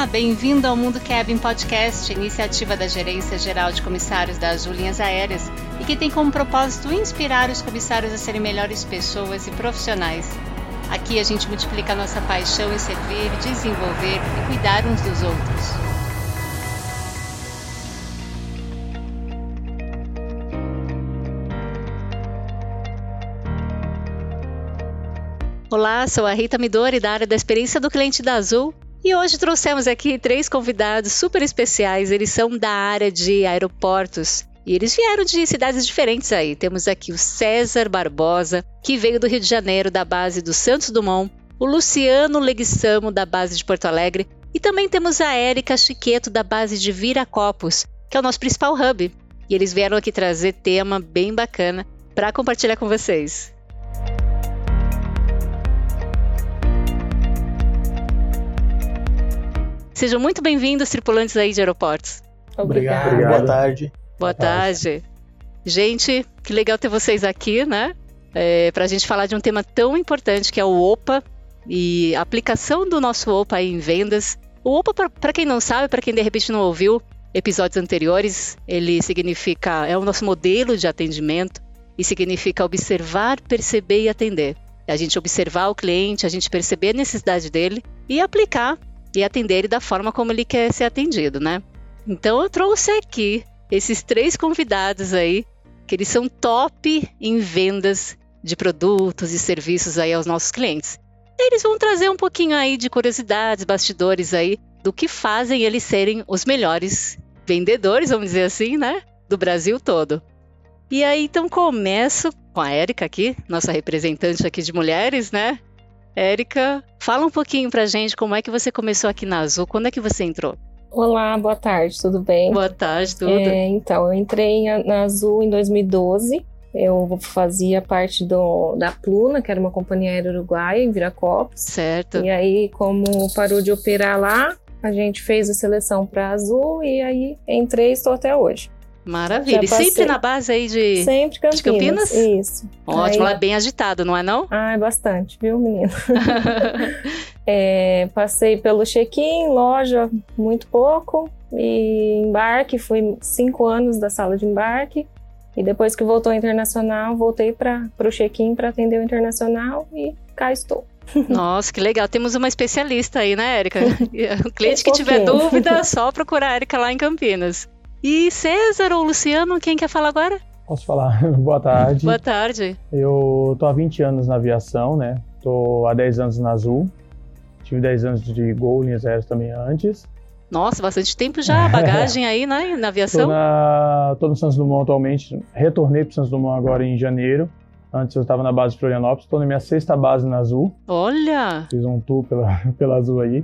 bem-vindo ao Mundo Cabin Podcast, iniciativa da Gerência Geral de Comissários da Azul Linhas Aéreas e que tem como propósito inspirar os comissários a serem melhores pessoas e profissionais. Aqui a gente multiplica a nossa paixão em servir, desenvolver e cuidar uns dos outros. Olá, sou a Rita Midori, da área da experiência do cliente da Azul. E hoje trouxemos aqui 3 convidados super especiais, eles são da área de aeroportos e eles vieram de cidades diferentes aí. Temos aqui o César Barbosa, que veio do Rio de Janeiro, da base do Santos Dumont, o Luciano Leguizamo, da base de Porto Alegre, e também temos a Érica Chiqueto, da base de Viracopos, que é o nosso principal hub. E eles vieram aqui trazer tema bem bacana para compartilhar com vocês. Sejam muito bem-vindos, tripulantes aí de aeroportos. Obrigado. Boa tarde. Boa tarde. Gente, que legal ter vocês aqui, né? Para a gente falar de um tema tão importante que é o OPA e a aplicação do nosso OPA aí em vendas. O OPA, para quem não sabe, para quem de repente não ouviu episódios anteriores, ele significa, é o nosso modelo de atendimento e significa observar, perceber e atender. A gente observar o cliente, a gente perceber a necessidade dele e aplicar e atender ele da forma como ele quer ser atendido, né? Então eu trouxe aqui esses 3 convidados aí, que eles são top em vendas de produtos e serviços aí aos nossos clientes. Eles vão trazer um pouquinho aí de curiosidades, bastidores aí, do que fazem eles serem os melhores vendedores, vamos dizer assim, né? Do Brasil todo. E aí, então, começo com a Érica aqui, nossa representante aqui de mulheres, né? Érica, fala um pouquinho pra gente como é que você começou aqui na Azul, quando é que você entrou? Olá, boa tarde, tudo bem? Boa tarde, tudo. Então, eu entrei na Azul em 2012, eu fazia parte da Pluna, que era uma companhia aérea uruguaia, em Viracopos. Certo. E aí, como parou de operar lá, a gente fez a seleção pra Azul e aí entrei e estou até hoje. Maravilha. E sempre na base aí de Campinas? Isso. Ótimo, lá é bem agitado, não é não? Ah, é bastante, viu, menino? Passei pelo check-in, loja, muito pouco, e embarque, fui 5 anos da sala de embarque, e depois que voltou ao internacional, voltei para o check-in para atender o internacional e cá estou. Nossa, que legal. Temos uma especialista aí, né, Érica? O cliente que tiver dúvida, é só procurar a Érica lá em Campinas. E César ou Luciano, quem quer falar agora? Posso falar? Boa tarde. Boa tarde. Eu tô há 20 anos na aviação, né? Tô há 10 anos na Azul. Tive 10 anos de Gol, linhas aéreas também antes. Nossa, bastante tempo já, bagagem aí, né, na aviação? Tô no Santos Dumont atualmente. Retornei pro Santos Dumont agora em janeiro. Antes eu estava na base de Florianópolis. Tô na minha 6ª base na Azul. Olha! Fiz um tour pela Azul aí.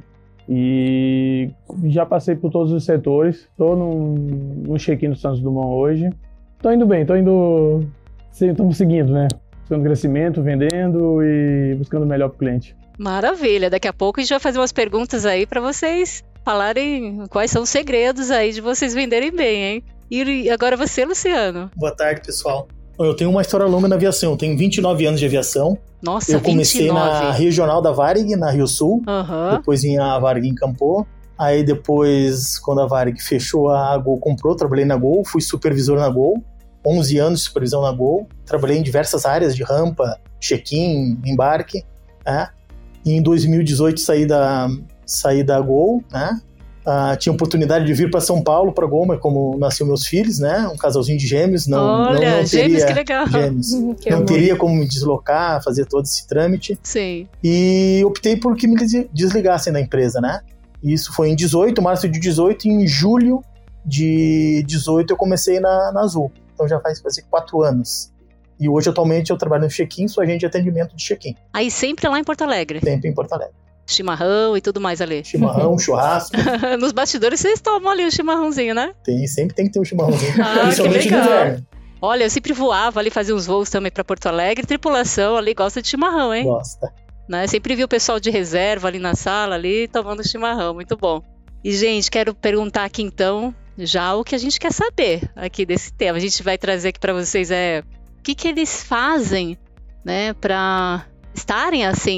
E já passei por todos os setores, tô no check-in do Santos Dumont hoje. Tô indo bem, estamos seguindo, né? Buscando crescimento, vendendo e buscando o melhor pro cliente. Maravilha, daqui a pouco a gente vai fazer umas perguntas aí para vocês falarem quais são os segredos aí de vocês venderem bem, hein? E agora você, Luciano. Boa tarde, pessoal. Eu tenho uma história longa na aviação, eu tenho 29 anos de aviação. Nossa, eu comecei 29. Na regional da Varig, na Rio Sul, depois vinha a Varig em Campo. Aí depois, quando a Varig fechou, a Gol comprou, trabalhei na Gol, fui supervisor na Gol, 11 anos de supervisão na Gol, trabalhei em diversas áreas de rampa, check-in, embarque, né? E em 2018 saí da Gol, né? Tinha oportunidade de vir para São Paulo, para Gol, mas como nasceram meus filhos, né? Um casalzinho de gêmeos, não teria gêmeos, que legal. Gêmeos. Não teria como me deslocar, fazer todo esse trâmite. Sim. E optei por que me desligassem da empresa, né? Isso foi em março de 18, e em julho de 18 eu comecei na Azul. Então já faz 4 anos. E hoje, atualmente, eu trabalho no check-in, sou agente de atendimento de check-in. Aí sempre lá em Porto Alegre? Sempre em Porto Alegre. Chimarrão e tudo mais ali. Chimarrão, churrasco. Nos bastidores vocês tomam ali o chimarrãozinho, né? Sempre tem que ter um chimarrãozinho. Principalmente no inverno. Olha, eu sempre voava ali, fazia uns voos também pra Porto Alegre. Tripulação ali gosta de chimarrão, hein? Gosta. Né? Sempre vi o pessoal de reserva ali na sala, ali, tomando chimarrão. Muito bom. E, gente, quero perguntar aqui então, já o que a gente quer saber aqui desse tema. A gente vai trazer aqui pra vocês o que eles fazem, né, pra estarem assim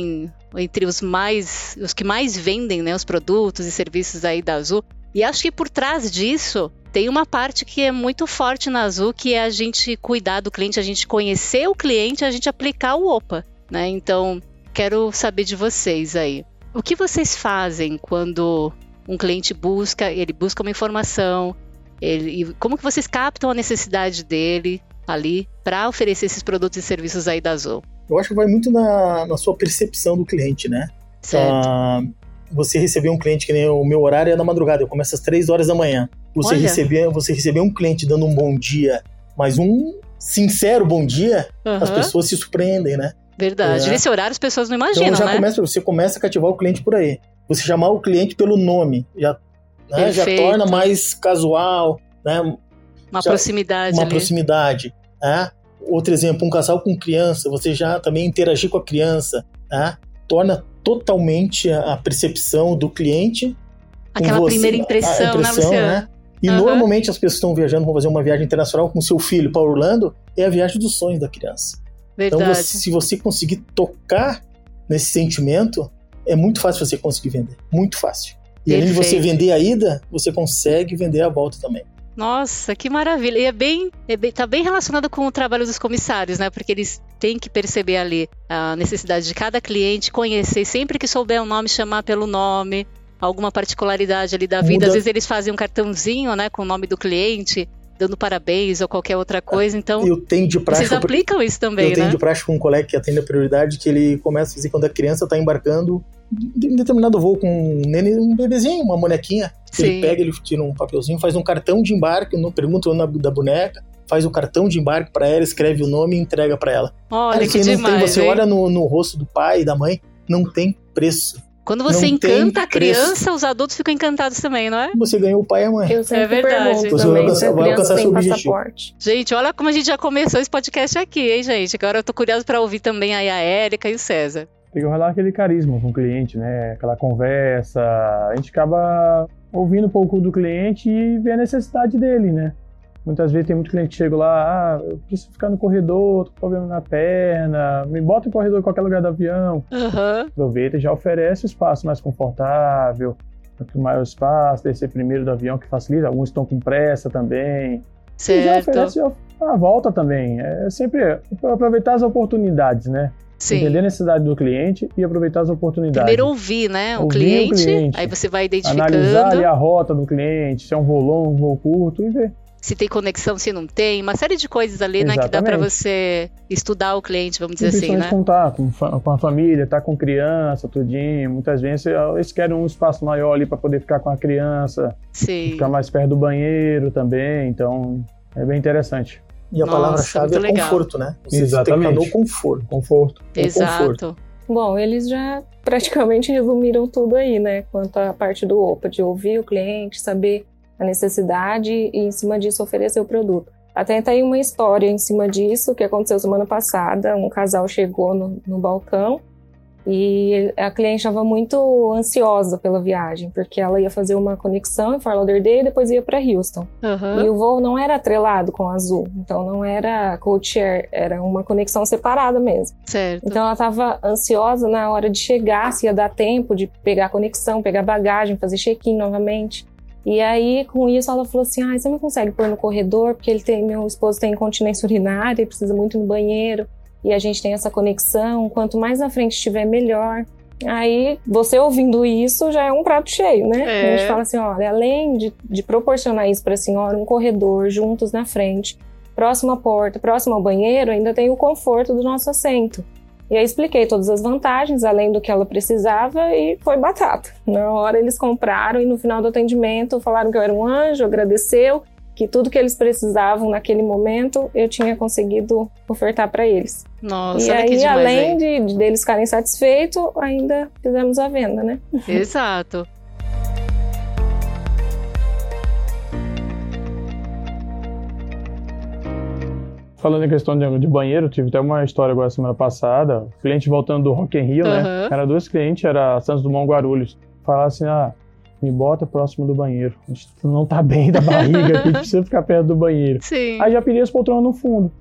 entre os que mais vendem, né, os produtos e serviços aí da Azul. E acho que por trás disso tem uma parte que é muito forte na Azul, que é a gente cuidar do cliente, a gente conhecer o cliente, a gente aplicar o OPA, né? Então, quero saber de vocês aí. O que vocês fazem quando um cliente busca uma informação, como que vocês captam a necessidade dele ali para oferecer esses produtos e serviços aí da Azul? Eu acho que vai muito na sua percepção do cliente, né? Certo. Você receber um cliente, que nem o meu horário é na madrugada, eu começo às 3 horas da manhã. Você receber um cliente dando um bom dia, mas um sincero bom dia, as pessoas se surpreendem, né? Verdade. Nesse horário as pessoas não imaginam, então você começa a cativar o cliente por aí. Você chamar o cliente pelo nome, já torna mais casual, né? Uma proximidade. Uma proximidade, né? Outro exemplo, um casal com criança, você já também interagir com a criança, né? Torna totalmente a percepção do cliente. Aquela primeira impressão, né, Luciano? Né? E normalmente as pessoas estão viajando, vão fazer uma viagem internacional com seu filho para Orlando, é a viagem dos sonhos da criança. Verdade. Então, se você conseguir tocar nesse sentimento, é muito fácil você conseguir vender. Muito fácil. E além de você vender a ida, você consegue vender a volta também. Nossa, que maravilha. E tá bem relacionado com o trabalho dos comissários, né? Porque eles têm que perceber ali a necessidade de cada cliente, conhecer, sempre que souber o nome, chamar pelo nome, alguma particularidade ali da vida. Às vezes eles fazem um cartãozinho, né, com o nome do cliente, dando parabéns ou qualquer outra coisa. Então, vocês aplicam isso também, né? Eu tenho de prática com um colega que atende a prioridade, que ele começa a fazer quando a criança está embarcando em determinado voo com um bebezinho, uma bonequinha. Sim. Ele pega, ele tira um papelzinho, faz um cartão de embarque, pergunta o nome da boneca, faz o cartão de embarque para ela, escreve o nome e entrega para ela. Olha, que demais, você olha no rosto do pai e da mãe, não tem preço. Quando você encanta a criança, os adultos ficam encantados também, não é? Você ganhou o pai e a mãe. Eu sempre pergunto você também, vai alcançar seu objetivo. Passaporte. Gente, olha como a gente já começou esse podcast aqui, hein, gente? Agora eu tô curiosa para ouvir também aí a Érica e o César. Tem que rolar aquele carisma com o cliente, né? Aquela conversa. A gente acaba ouvindo um pouco do cliente e vê a necessidade dele, né? Muitas vezes tem muito cliente que chega lá, eu preciso ficar no corredor, tô com problema na perna, me bota no corredor em qualquer lugar do avião. Aproveita e já oferece espaço mais confortável, maior espaço, descer primeiro do avião, que facilita. Alguns estão com pressa também. Certo. E já oferece a volta também. É sempre aproveitar as oportunidades, né? Sim. Entender a necessidade do cliente e aproveitar as oportunidades. Primeiro ouvir, né? O cliente, aí você vai identificando. Analisar ali a rota do cliente, se é um voo longo, um voo curto e ver. Se tem conexão, se não tem, uma série de coisas ali, né, que dá para você estudar o cliente, vamos dizer assim, né? Contar com a família, tá com criança, tudinho. Muitas vezes eles querem um espaço maior ali para poder ficar com a criança, ficar mais perto do banheiro também, então é bem interessante. E a palavra-chave é conforto, né? Você Exatamente. Tem conforto. Exato. Conforto. Bom, eles já praticamente resumiram tudo aí, né? Quanto à parte do OPA, de ouvir o cliente, saber a necessidade e em cima disso oferecer o produto. Até tem uma história em cima disso que aconteceu semana passada. Um casal chegou no balcão e a cliente estava muito ansiosa pela viagem, porque ela ia fazer uma conexão em Fort Lauderdale e depois ia para Houston. E o voo não era atrelado com a Azul, então não era code-share, era uma conexão separada mesmo. Certo. Então ela estava ansiosa na hora de chegar, se ia dar tempo de pegar a conexão, pegar bagagem, fazer check-in novamente. E aí, com isso, ela falou assim, você não consegue pôr no corredor, porque meu esposo tem incontinência urinária, ele precisa muito ir no banheiro, e a gente tem essa conexão, quanto mais na frente estiver, melhor. Aí, você ouvindo isso, já é um prato cheio, né? A gente fala assim, olha, além de proporcionar isso para a senhora, um corredor, juntos na frente, próximo à porta, próximo ao banheiro, ainda tem o conforto do nosso assento. E aí expliquei todas as vantagens, além do que ela precisava, e foi batata. Na hora eles compraram e no final do atendimento falaram que eu era um anjo, agradeceu, que tudo que eles precisavam naquele momento eu tinha conseguido ofertar para eles. Nossa, e olha aí, que demais, além de deles ficarem satisfeitos, ainda fizemos a venda, né? Exato. Falando em questão de banheiro, tive até uma história agora semana passada, cliente voltando do Rock in Rio, né? Era 2 clientes, era Santos Dumont Guarulhos. Falaram assim, me bota próximo do banheiro. A gente não tá bem da barriga aqui, precisa ficar perto do banheiro. Sim. Aí já pedi as poltronas no fundo.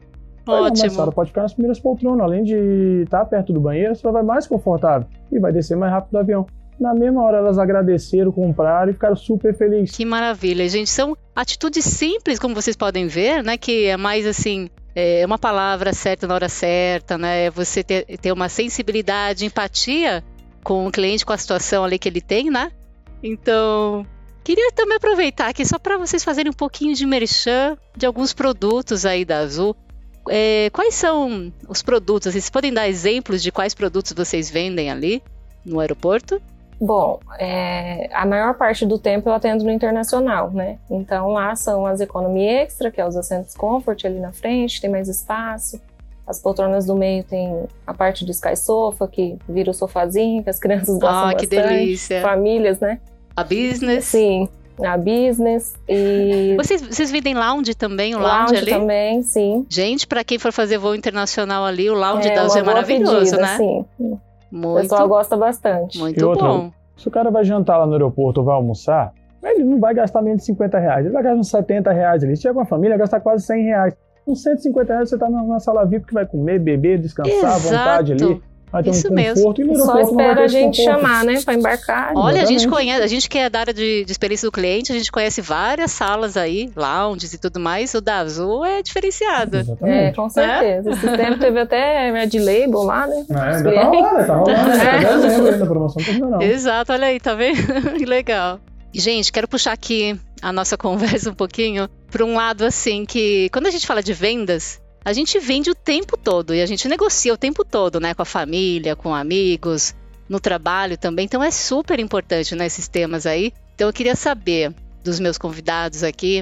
Mas a senhora pode ficar nas primeiras poltronas, além de estar perto do banheiro, a senhora vai mais confortável e vai descer mais rápido do avião. Na mesma hora elas agradeceram, compraram e ficaram super felizes. Que maravilha, gente. São atitudes simples, como vocês podem ver, né? Que é mais assim, é uma palavra certa na hora certa, né? Você ter uma sensibilidade, empatia com o cliente, com a situação ali que ele tem, né? Então, queria também aproveitar aqui só para vocês fazerem um pouquinho de merchan de alguns produtos aí da Azul. Quais são os produtos? Vocês podem dar exemplos de quais produtos vocês vendem ali no aeroporto? Bom, a maior parte do tempo eu atendo no internacional, né? Então lá são as Economy Extra, que é os assentos Comfort ali na frente, tem mais espaço. As poltronas do meio tem a parte do Sky Sofa, que vira o sofazinho, que as crianças gostam bastante. Que delícia! Famílias, né? A Business? Sim, a Business. E Vocês vendem lounge também, o lounge ali? Também, sim. Gente, para quem for fazer voo internacional ali, o lounge da Azul é maravilhoso, pedida, né? Sim. O pessoal gosta bastante. Muito bom. Se o cara vai jantar lá no aeroporto ou vai almoçar, ele não vai gastar menos de R$50. Ele vai gastar uns R$70 ali. Se tiver com a família, vai gastar quase R$100. Com R$150 você tá na sala VIP que vai comer, beber, descansar à vontade ali. Vai ter Isso um conforto. Mesmo. E no só espera a gente chamar, né? Pra embarcar. Olha, a gente que é da área de experiência do cliente, a gente conhece várias salas aí, lounges e tudo mais. O da Azul é diferenciado. Exatamente. Com certeza. Esse tempo teve até Red Label lá, né? Ainda tá rolando. Tá dezembro ainda, a promoção não terminou não. Exato, olha aí, tá vendo? Que legal. Gente, quero puxar aqui a nossa conversa um pouquinho para um lado assim que, quando a gente fala de vendas, a gente vende o tempo todo e a gente negocia o tempo todo, né? Com a família, com amigos, no trabalho também. Então é super importante, né, esses temas aí. Então eu queria saber dos meus convidados aqui,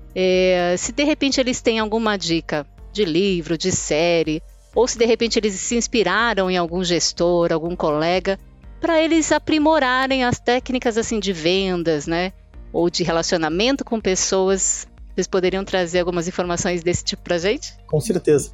se de repente eles têm alguma dica de livro, de série, ou se de repente eles se inspiraram em algum gestor, algum colega, para eles aprimorarem as técnicas assim de vendas, né? Ou de relacionamento com pessoas. Vocês poderiam trazer algumas informações desse tipo pra gente? Com certeza.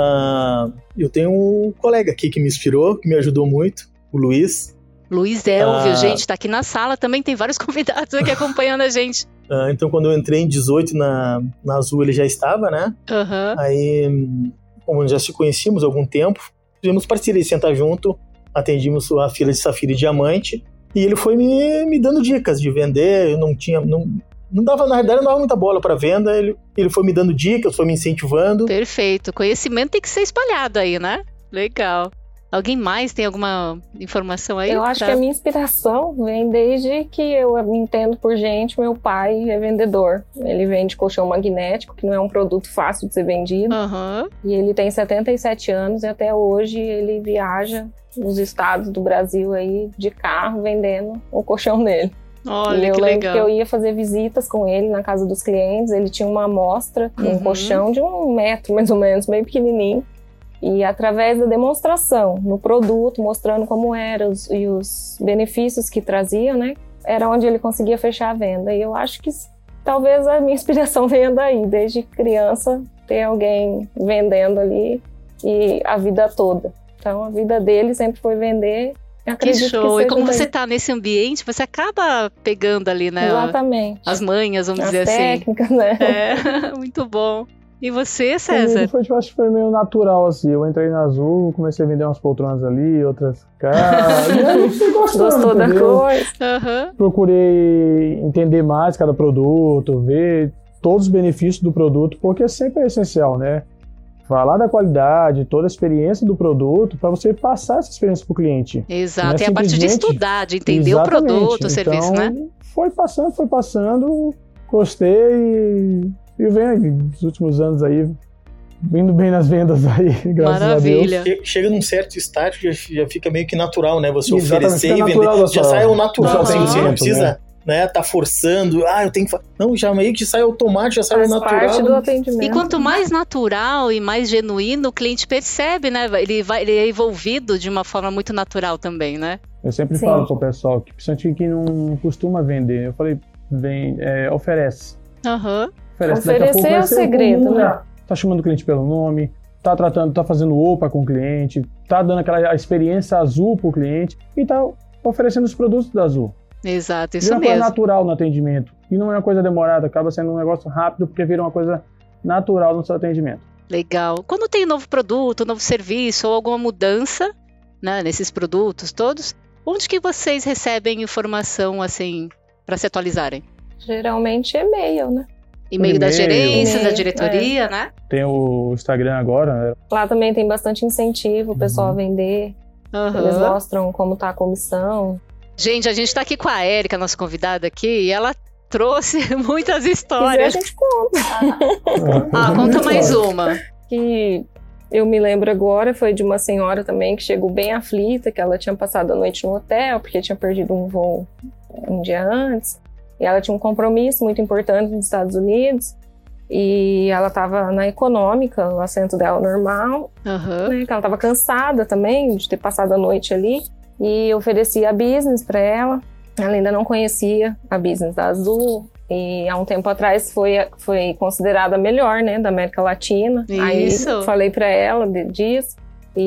Eu tenho um colega aqui que me inspirou, que me ajudou muito, o Luiz. Luiz Elvio, gente, tá aqui na sala, também tem vários convidados aqui acompanhando a gente. Então, quando eu entrei em 18 na Azul, ele já estava, né? Uhum. Aí, como já se conhecíamos há algum tempo, fizemos parceria, sentar junto, atendimos a fila de Safira e Diamante, e ele foi me dando dicas de vender. Eu não dava, na verdade, não dava muita bola para venda. Ele foi me dando dicas, foi me incentivando. Perfeito. Conhecimento tem que ser espalhado aí, né? Legal. Alguém mais tem alguma informação aí? Eu acho que a minha inspiração vem desde que eu me entendo por gente. Meu pai é vendedor. Ele vende colchão magnético, que não é um produto fácil de ser vendido. Uhum. E ele tem 77 anos e até hoje ele viaja nos estados do Brasil aí de carro vendendo o colchão dele. Olha, e eu que lembro legal. que eu ia fazer visitas com ele na casa dos clientes. Ele tinha uma amostra, um colchão de 1 metro, mais ou menos, bem pequenininho. E através da demonstração no produto, mostrando como era e os benefícios que trazia, né? Era onde ele conseguia fechar a venda. E eu acho que talvez a minha inspiração venha daí, desde criança, ter alguém vendendo ali e a vida toda. Então a vida dele sempre foi vender. Que show! E como você tá nesse ambiente, você acaba pegando ali, né? Exatamente. As manhas, vamos dizer técnicas, assim. Né? Muito bom. E você, César? Acho que foi meio natural, assim. Eu entrei na Azul, comecei a vender umas poltronas ali, outras caras. E aí fui gostou da coisa. Uhum. Procurei entender mais cada produto, ver todos os benefícios do produto, porque sempre é essencial, né? Falar da qualidade, toda a experiência do produto, para você passar essa experiência para o cliente. Exato, é a partir de estudar, de entender o produto, o serviço, então, né? Foi passando, gostei e vem nos últimos anos aí, vindo bem nas vendas aí, graças Maravilha. a Deus. Chega num certo estágio, já fica meio que natural, né? Você Exatamente, oferecer e vender. Já sai o natural, assim, você não precisa... Né, tá forçando, eu tenho que... Não, já meio que sai automático, já sai o natural. Parte do atendimento. E quanto mais natural e mais genuíno, o cliente percebe, né? Ele é envolvido de uma forma muito natural também, né? Eu sempre falo pro pessoal, que principalmente que não costuma vender, eu falei, oferece. Uhum. Oferecer é o segredo, né? Tá chamando o cliente pelo nome, tá fazendo OPA com o cliente, tá dando aquela experiência Azul pro cliente e tá oferecendo os produtos da Azul. Exato, isso vira mesmo. Vira uma coisa natural no atendimento. E não é uma coisa demorada, acaba sendo um negócio rápido porque vira uma coisa natural no seu atendimento. Legal. Quando tem um novo produto, um novo serviço ou alguma mudança, né, nesses produtos todos, onde que vocês recebem informação, assim, para se atualizarem? Geralmente e-mail, né? E-mail das gerências, da diretoria, né? Tem o Instagram agora, né? Lá também tem bastante incentivo o pessoal a vender. Eles mostram como tá a comissão. Gente, a gente tá aqui com a Érica, nossa convidada aqui, e ela trouxe muitas histórias. Se a gente conta. Conta mais uma. Que eu me lembro agora, foi de uma senhora também que chegou bem aflita, que ela tinha passado a noite no hotel, porque tinha perdido um voo um dia antes. E ela tinha um compromisso muito importante nos Estados Unidos. E ela estava na econômica, o assento dela normal. Né, que ela estava cansada também de ter passado a noite ali. E eu ofereci a business para ela. Ela ainda não conhecia a business da Azul. E há um tempo atrás foi considerada a melhor, né, da América Latina. Isso. Aí falei para ela disso.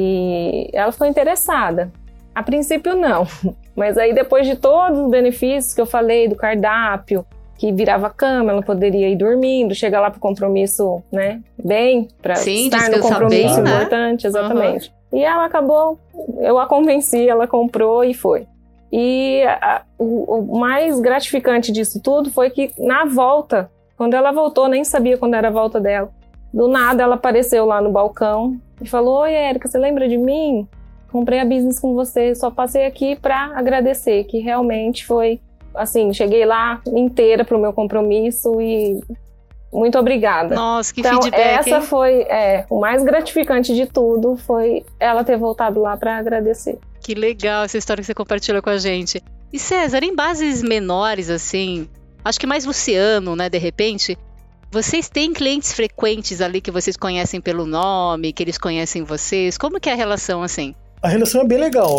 E ela ficou interessada. A princípio não. Mas aí depois de todos os benefícios que eu falei, do cardápio, que virava cama, ela poderia ir dormindo, chegar lá pro compromisso, né, bem, para estar no compromisso bem, importante, né? Exatamente. E ela acabou, eu a convenci, ela comprou e foi. E o mais gratificante disso tudo foi que na volta, quando ela voltou, nem sabia quando era a volta dela, do nada ela apareceu lá no balcão e falou: "Oi, Érica, você lembra de mim? Comprei a business com você, só passei aqui para agradecer", que realmente foi, assim, cheguei lá inteira pro meu compromisso e muito obrigada. Nossa, que então, feedback, essa hein? foi o mais gratificante de tudo, foi ela ter voltado lá para agradecer. Que legal essa história que você compartilhou com a gente. E César, em bases menores, assim, acho que mais Luciano, né, de repente, vocês têm clientes frequentes ali que vocês conhecem pelo nome, que eles conhecem vocês? Como que é a relação, assim? A relação é bem legal.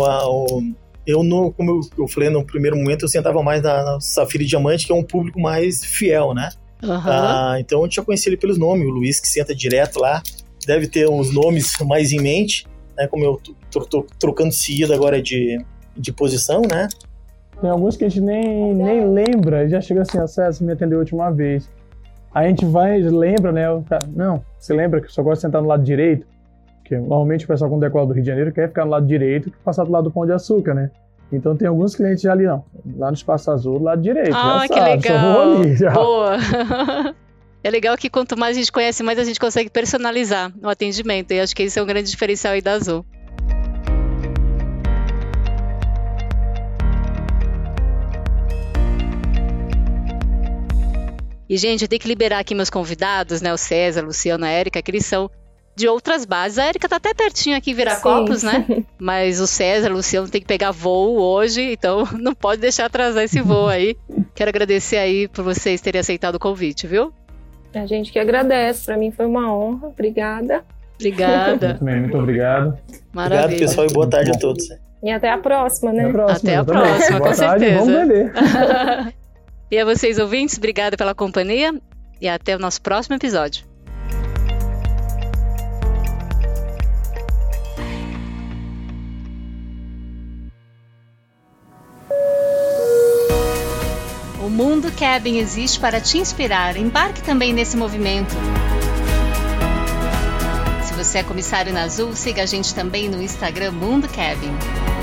Como eu falei no primeiro momento, eu sentava mais na Safira e Diamante, que é um público mais fiel, né? Então eu já conheci ele pelos nomes. O Luiz, que senta direto lá, deve ter uns nomes mais em mente, né? Como eu tô trocando seguida agora de posição, né? Tem alguns que a gente nem lembra, já chega assim: "César, me atendeu a última vez". Aí a gente vai, lembra, né? O cara, não, você lembra que eu só gosto de sentar no lado direito? Porque normalmente o pessoal com decola do Rio de Janeiro quer ficar no lado direito que passar do lado do Pão de Açúcar, né? Então tem alguns clientes já ali, não, lá no Espaço Azul, do lado direito. Ah, que sabe, legal! Só vou ali, já. Boa! É legal que quanto mais a gente conhece, mais a gente consegue personalizar o atendimento. E acho que esse é um grande diferencial aí da Azul. E, gente, eu tenho que liberar aqui meus convidados, né? O César, a Luciana, a Érica, que eles são de outras bases. A Érica tá até pertinho aqui em Viracopos, né? Mas o César, o Luciano tem que pegar voo hoje, então não pode deixar atrasar esse voo aí. Quero agradecer aí por vocês terem aceitado o convite, viu? A gente que agradece, pra mim foi uma honra, obrigada. Obrigada. Muito obrigado. Maravilha. Obrigado, pessoal, e boa tarde a todos. E até a próxima, né? Até a próxima, com certeza. Vamos beber. E a vocês, ouvintes, obrigada pela companhia e até o nosso próximo episódio. O Mundo Cabin existe para te inspirar. Embarque também nesse movimento. Se você é comissário na Azul, siga a gente também no Instagram Mundo Cabin.